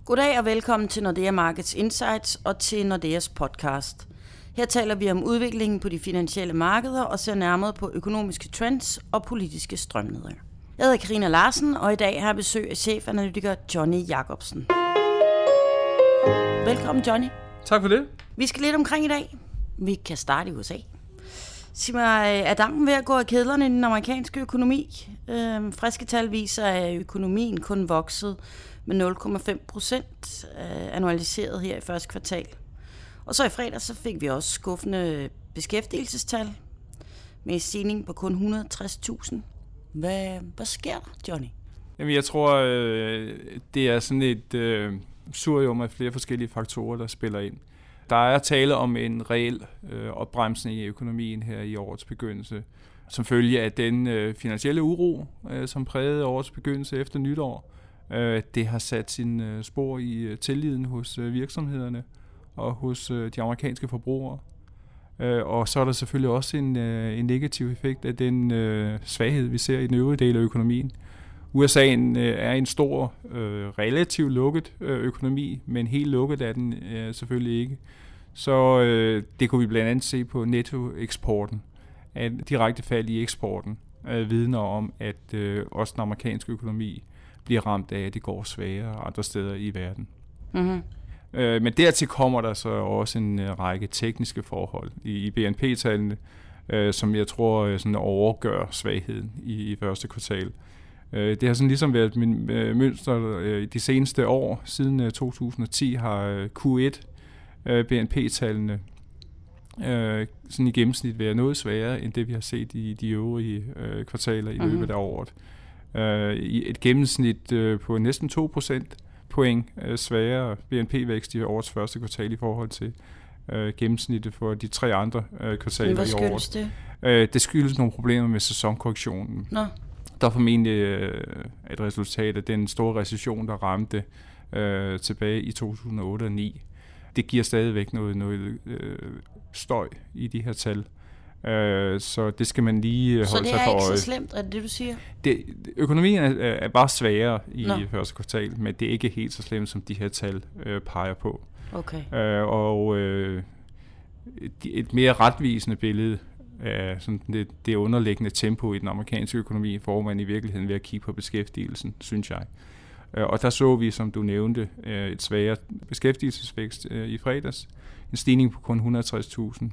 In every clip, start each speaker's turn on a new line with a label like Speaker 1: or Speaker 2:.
Speaker 1: Goddag og velkommen til Nordea Markets Insights og til Nordeas podcast. Her taler vi om udviklingen på de finansielle markeder og ser nærmere på økonomiske trends og politiske strømninger. Jeg hedder Karina Larsen, og i dag har jeg besøg af chefanalytiker Johnny Jacobsen. Velkommen, Johnny.
Speaker 2: Tak for det.
Speaker 1: Vi skal lidt omkring i dag. Vi kan starte i USA. Sig mig, er dampen ved at gå af kedlerne i den amerikanske økonomi? Friske tal viser, at økonomien kun voksede med 0,5% annualiseret her i første kvartal. Og så i fredag så fik vi også skuffende beskæftigelsestal med en stigning på kun 160.000. Hvad sker der, Johnny?
Speaker 2: Jamen, jeg tror, det er sådan et surium af flere forskellige faktorer, der spiller ind. Der er tale om en reel opbremsning i økonomien her i årets begyndelse, som følge af den finansielle uro, som prægede årets begyndelse efter nytår. Det har sat sin spor i tilliden hos virksomhederne og hos de amerikanske forbrugere. Og så er der selvfølgelig også en negativ effekt af den svaghed, vi ser i den øvrige del af økonomien. USA er en stor, relativt lukket økonomi, men helt lukket er den selvfølgelig ikke. Så det kunne vi blandt andet se på nettoeksporten, at direkte fald i eksporten vidner om, at også den amerikanske økonomi bliver ramt af, at det går svagere andre steder i verden. Mm-hmm. Men dertil kommer der så også en række tekniske forhold i BNP-tallene, som jeg tror sådan overgør svagheden i første kvartal. Det har sådan ligesom været min mønster de seneste år. Siden 2010 har Q1 BNP-tallene sådan i gennemsnit været noget sværere end det, vi har set i de øvrige kvartaler i løbet af året. Et gennemsnit på næsten 2% point sværere BNP-vækst i årets første kvartal i forhold til gennemsnittet for de 3 andre kvartaler i året.
Speaker 1: Hvad skyldes det?
Speaker 2: Det skyldes nogle problemer med sæsonkorrektionen.
Speaker 1: Nå.
Speaker 2: Der er formentlig et resultat af den store recession, der ramte tilbage i 2008 og 2009. Det giver stadigvæk noget støj i de her tal. Så det skal man lige holde sig for øje.
Speaker 1: Så det er ikke så slemt, er det du siger?
Speaker 2: Økonomien er bare svagere i første kvartal, men det er ikke helt så slemt, som de her tal peger på.
Speaker 1: Okay.
Speaker 2: Et mere retvisende billede af sådan det underliggende tempo i den amerikanske økonomi, får man i virkeligheden ved at kigge på beskæftigelsen, synes jeg. Og der så vi, som du nævnte, et svagere beskæftigelsesvækst i fredags. En stigning på kun 160.000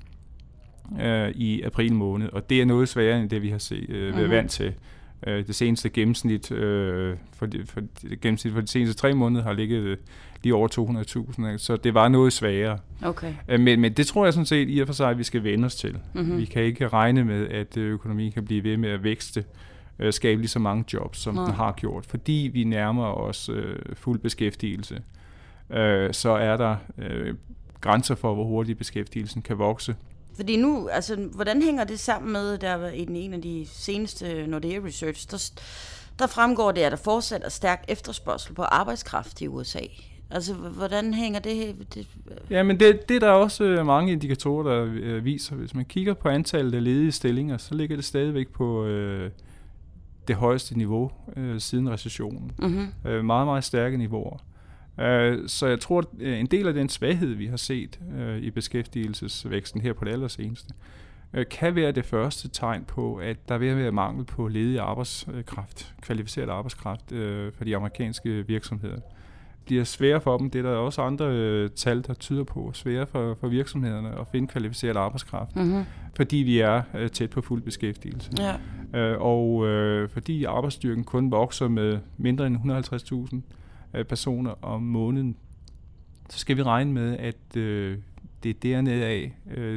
Speaker 2: i april måned, og det er noget sværere end det, vi har været vant til. Det seneste gennemsnit for de seneste 3 måneder har ligget lige over 200.000, så det var noget sværere.
Speaker 1: Okay.
Speaker 2: Men det tror jeg sådan set i og for sig, at vi skal vende os til. Mm-hmm. Vi kan ikke regne med, at økonomien kan blive ved med at vækste, skabe lige så mange jobs, som den har gjort, fordi vi nærmer os fuld beskæftigelse. Så er der grænser for, hvor hurtigt beskæftigelsen kan vokse.
Speaker 1: Fordi nu, altså, hvordan hænger det sammen med, der i en af de seneste Nordea Research, der fremgår det, at der fortsat er stærk efterspørgsel på arbejdskraft i USA. Altså, hvordan hænger det?
Speaker 2: Ja, men det er der også mange indikatorer, der viser. Hvis man kigger på antallet af ledige stillinger, så ligger det stadigvæk på det højeste niveau siden recessionen. Mm-hmm. Meget, meget stærke niveauer. Så jeg tror, at en del af den svaghed, vi har set i beskæftigelsesvæksten her på det allerseneste, kan være det første tegn på, at der vil være mangel på ledig arbejdskraft, kvalificeret arbejdskraft for de amerikanske virksomheder. Det bliver sværere for dem, det er der også andre tal, der tyder på, sværere for virksomhederne at finde kvalificeret arbejdskraft, fordi vi er tæt på fuld beskæftigelse. Ja. Og fordi arbejdsstyrken kun vokser med mindre end 150.000 personer om måneden, så skal vi regne med, at det er dernede af,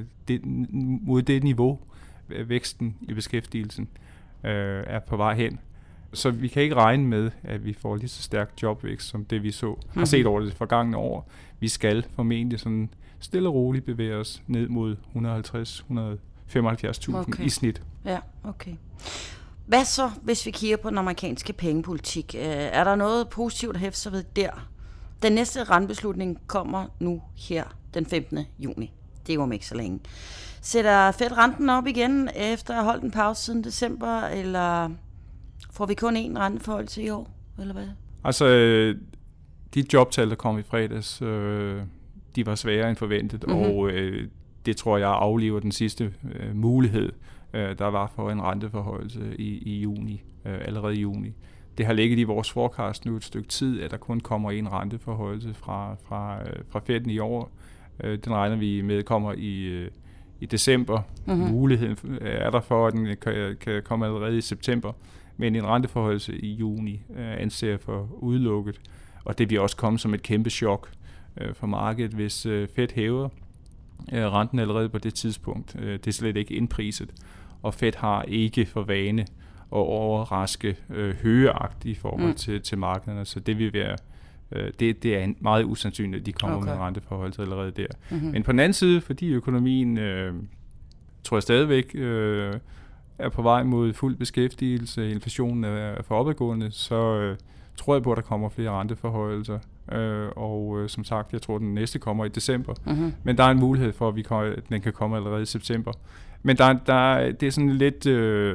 Speaker 2: mod det niveau, væksten i beskæftigelsen er på vej hen. Så vi kan ikke regne med, at vi får lige så stærk jobvækst, som det vi har set over det forgangne år. Vi skal formentlig sådan stille og roligt bevæge os ned mod 150-175.000 i snit.
Speaker 1: Ja, okay. Hvad så, hvis vi kigger på den amerikanske pengepolitik? Er der noget positivt at hæfte sig ved der? Den næste rentebeslutning kommer nu her den 15. juni. Det er jo ikke så længe. Sætter Fed renten op igen efter at have holdt en pause siden december, eller får vi kun én renteforhold til i år, eller hvad?
Speaker 2: Altså, De jobtal, der kom i fredags, de var sværere end forventet, og det tror jeg aflever den sidste mulighed, der var for en renteforhøjelse i juni, allerede i juni. Det har ligget i vores forecast nu et stykke tid, at der kun kommer en renteforhøjelse fra Fed'en i år. Den regner vi med kommer i december. Muligheden er der for, at den kan komme allerede i september. Men en renteforhøjelse i juni anser jeg for udelukket. Og det vil også komme som et kæmpe chok for markedet, hvis Fed hæver renten allerede på det tidspunkt. Det er slet ikke indpriset. Og Fed har ikke for vane at overraske højeagtigt i forhold til markederne. Så det vil være det er meget usandsynligt, at de kommer med en renteforhøjelse allerede der. Men på den anden side, fordi økonomien tror jeg stadigvæk er på vej mod fuld beskæftigelse, inflationen er for opadgående, så tror jeg på, at der kommer flere renteforhøjelser. Og som sagt, jeg tror, at den næste kommer i december. Men der er en mulighed for, at den kan komme allerede i september. Men det er sådan en lidt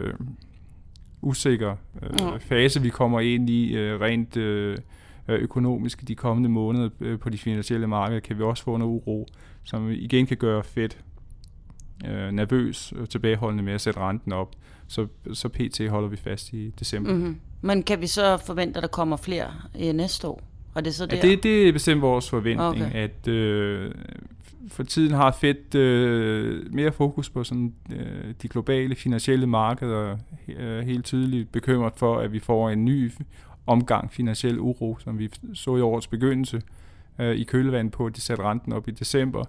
Speaker 2: usikker fase, vi kommer ind i rent økonomisk de kommende måneder på de finansielle markeder. Kan vi også få noget uro, som igen kan gøre Fed nervøs og tilbageholdende med at sætte renten op. Så pt. Holder vi fast i december.
Speaker 1: Men kan vi så forvente, at der kommer flere næste år? Og det er så der?
Speaker 2: Ja, det er bestemt vores forventning, at for tiden har Fed mere fokus på sådan, de globale finansielle markeder, helt tydeligt bekymret for, at vi får en ny omgang finansiel uro, som vi så i årets begyndelse i kølvandet på, at de satte renten op i december.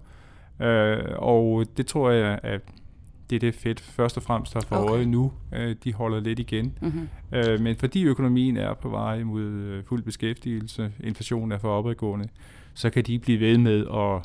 Speaker 2: Og det tror jeg, at det er det Fed først og fremmest har for øje nu. De holder lidt igen. Men fordi økonomien er på vej mod fuld beskæftigelse, inflationen er for opadgående, så kan de blive ved med at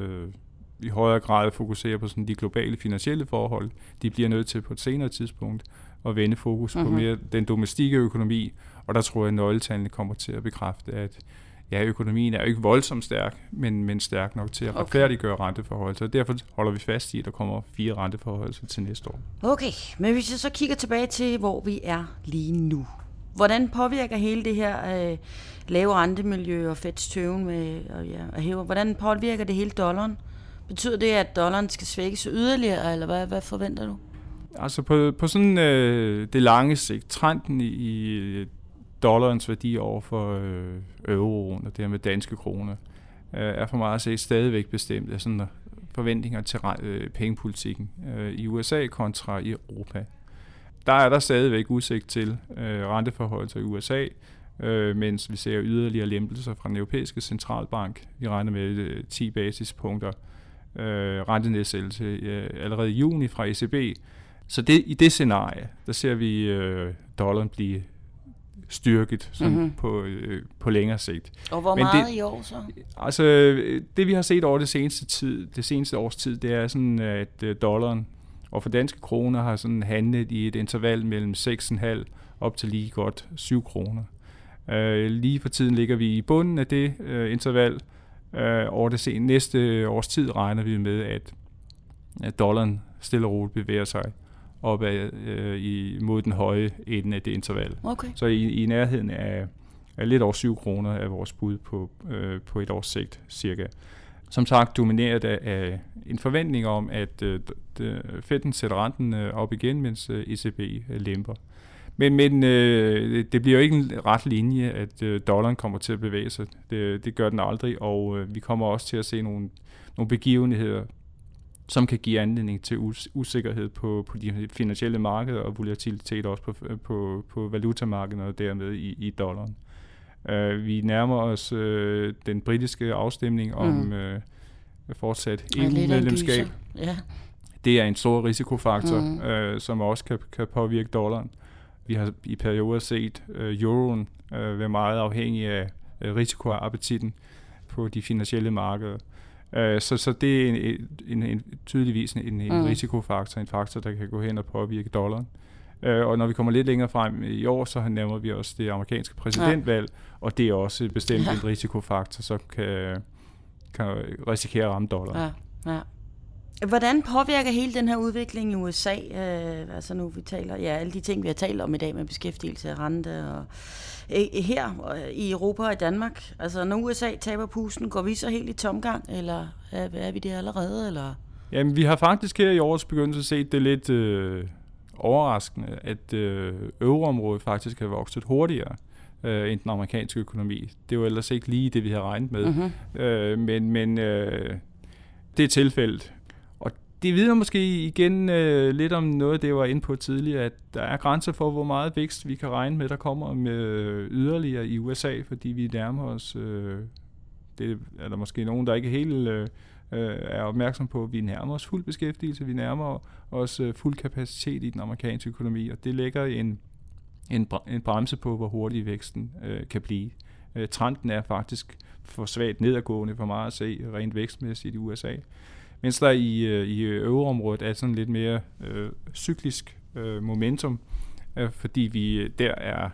Speaker 2: i højere grad fokusere på sådan de globale finansielle forhold. De bliver nødt til på et senere tidspunkt at vende fokus på mere den domestikke økonomi, og der tror jeg, at nøgletallene kommer til at bekræfte, at økonomien er jo ikke voldsomt stærk, men stærk nok til at retfærdiggøre renteforholdelser. Og derfor holder vi fast i, at der kommer 4 renteforholdelser til næste år.
Speaker 1: Okay, men hvis jeg så kigger tilbage til, hvor vi er lige nu. Hvordan påvirker hele det her lave rentemiljø og Feds tøven med at hæve? Hvordan påvirker det hele dollaren? Betyder det, at dollaren skal svækkes yderligere, eller hvad forventer du?
Speaker 2: Altså på sådan det lange sigt, trenden i dollarens værdi over for euroen og dermed danske kroner, er for mig at se stadigvæk bestemt af sådan forventninger til pengepolitikken i USA kontra i Europa. Der er der stadigvæk udsigt til renteforhøjelser i USA, mens vi ser yderligere lempelser fra den europæiske centralbank. Vi regner med 10 basispunkter rentenedsættelse allerede i juni fra ECB. Så i det scenarie, der ser vi dollaren blive styrket sådan på længere sigt.
Speaker 1: Og hvor meget i år så?
Speaker 2: Altså det vi har set over det seneste års tid, det er sådan, at dollaren og for danske kroner har sådan handlet i et interval mellem 6,5 op til lige godt 7 kroner. Lige for tiden ligger vi i bunden af det interval. Over det næste års tid regner vi med, at dollaren stille og roligt bevæger sig opad mod den høje ende af det interval.
Speaker 1: Okay.
Speaker 2: Så i nærheden af lidt over 7 kroner er vores bud på et års sigt cirka. Som sagt domineret af en forventning om, at Fed'en sætter renten op igen, mens ECB lemper. Men det bliver jo ikke en ret linje, at dollaren kommer til at bevæge sig. Det gør den aldrig, og vi kommer også til at se nogle begivenheder, som kan give anledning til usikkerhed på de finansielle markeder og volatilitet også på valutamarkederne og dermed i dollaren. Vi nærmer os den britiske afstemning om fortsat EU-medlemskab.
Speaker 1: Ja.
Speaker 2: Det er en stor risikofaktor, som også kan påvirke dollaren. Vi har i perioder set euroen være meget afhængig af risikoappetitten på de finansielle markeder. Så det er tydeligvis en risikofaktor, en faktor, der kan gå hen og påvirke dollaren. Og når vi kommer lidt længere frem i år, så nærmer vi også det amerikanske præsidentvalg, og det er også bestemt en risikofaktor, som kan risikere at ramme dollaren.
Speaker 1: Ja. Hvordan påvirker hele den her udvikling i USA? Altså nu vi taler, alle de ting, vi har talt om i dag med beskæftigelse, rente og her i Europa og i Danmark. Altså når USA taber pusten, går vi så helt i tomgang, eller er vi det allerede? Eller?
Speaker 2: Jamen, vi har faktisk her i årets begyndelse set det lidt overraskende, at euroområdet faktisk har vokset hurtigere end den amerikanske økonomi. Det er jo ellers ikke lige det, vi har regnet med. Mm-hmm. Men det er tilfældet. Og det vidner måske igen lidt om noget, det var inde på tidligere, at der er grænser for, hvor meget vækst vi kan regne med, der kommer med yderligere i USA, fordi vi nærmer os, det er der måske nogen, der ikke helt er opmærksom på, at vi nærmer os fuld beskæftigelse, vi nærmer os fuld kapacitet i den amerikanske økonomi, og det lægger en bremse på, hvor hurtig væksten kan blive. Trenden er faktisk for svagt nedadgående, for meget at se rent vækstmæssigt i USA. Mens der i euroområdet er sådan lidt mere cyklisk momentum, fordi vi der er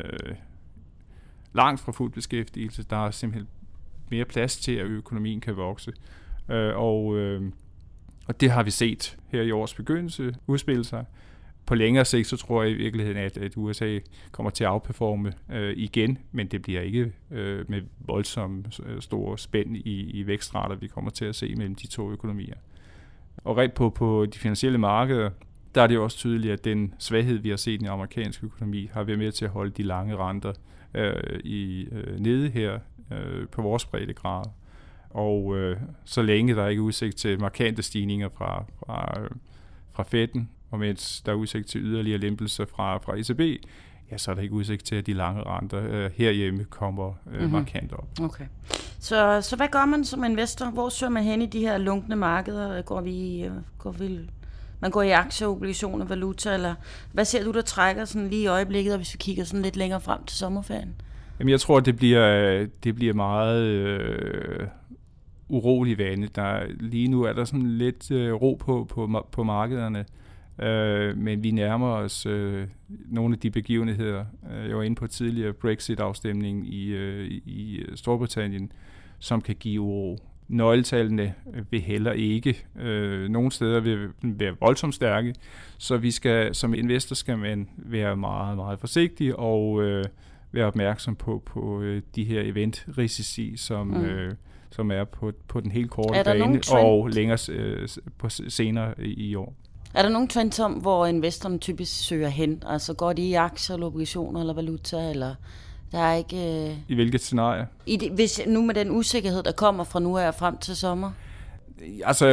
Speaker 2: langt fra fuld beskæftigelse. Der er simpelthen mere plads til, at økonomien kan vokse. Og det har vi set her i års begyndelse udspille sig. På længere sigt, så tror jeg i virkeligheden, at USA kommer til at outperforme igen, men det bliver ikke med voldsomt store spænd i vækstrater, vi kommer til at se mellem de to økonomier. Og rent på de finansielle markeder, der er det jo også tydeligt, at den svaghed, vi har set i den amerikanske økonomi, har været med til at holde de lange renter nede her på vores breddegrad. Og så længe der ikke er udsigt til markante stigninger fra Fed'en, og mens der er udsigt til yderligere lempelser fra ECB, ja, så er der ikke udsigt til, at de lange renter herhjemme kommer markant op.
Speaker 1: Okay. Så hvad gør man som investor? Hvor søger man hen i de her lunkne markeder? Man går i aktier, obligationer, valuta, eller hvad ser du, der trækker sådan lige i øjeblikket, og hvis vi kigger sådan lidt længere frem til sommerferien?
Speaker 2: Jamen, jeg tror, det bliver meget urolig vane. Lige nu er der sådan lidt ro på markederne, men vi nærmer os nogle af de begivenheder. Jeg var inde på tidligere Brexit-afstemning i Storbritannien, som kan give uro. Nøgletallene vil heller ikke. Nogle steder vil være voldsomt stærke, så som investor skal man være meget, meget forsigtig og være opmærksom på de her eventrisici, som er på den helt korte bane og længere senere i år.
Speaker 1: Er der nogen trends om, hvor investorerne typisk søger hen? Altså går de i aktier, eller obligationer eller valuta, eller der er ikke...
Speaker 2: I hvilket scenarie?
Speaker 1: Hvis nu med den usikkerhed, der kommer fra nu af frem til sommer?
Speaker 2: Altså,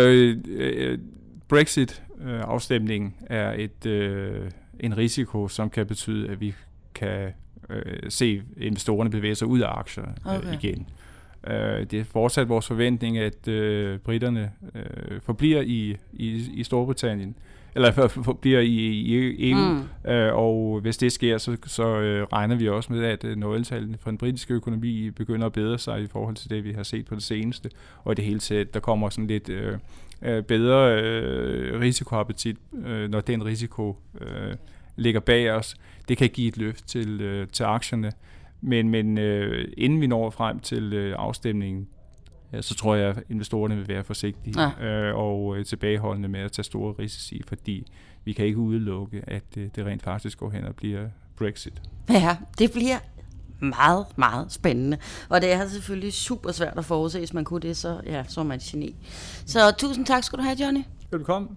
Speaker 2: Brexit-afstemningen er en risiko, som kan betyde, at vi kan se investorerne bevæge sig ud af aktier igen. Det er fortsat vores forventning, at briterne forbliver i Storbritannien, eller forbliver i EU, og hvis det sker, så regner vi også med, at nøgletallene for den britiske økonomi begynder at bedre sig i forhold til det, vi har set på det seneste, og i det hele taget, der kommer sådan lidt bedre risikoappetit, når den risiko ligger bag os. Det kan give et løft til aktierne. Men inden vi når frem til afstemningen, så tror jeg, at investorerne vil være forsigtige og tilbageholdende med at tage store risici, fordi vi kan ikke udelukke, at det rent faktisk går hen og bliver Brexit.
Speaker 1: Ja, det bliver meget, meget spændende. Og det er selvfølgelig super svært at forudse, hvis man kunne det, så er man geni. Så tusind tak skal du have, Johnny.
Speaker 2: Velkommen.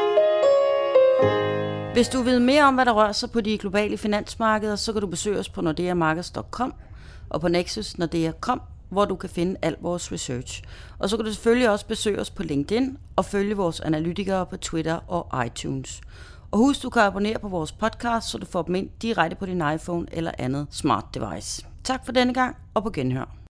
Speaker 1: Hvis du vil mere om, hvad der rører sig på de globale finansmarkeder, så kan du besøge os på nordeamarkets.com og på Nexus Nordea.com, hvor du kan finde al vores research. Og så kan du selvfølgelig også besøge os på LinkedIn og følge vores analytikere på Twitter og iTunes. Og husk, du kan abonnere på vores podcast, så du får dem ind direkte på din iPhone eller andet smart device. Tak for denne gang, og på genhør.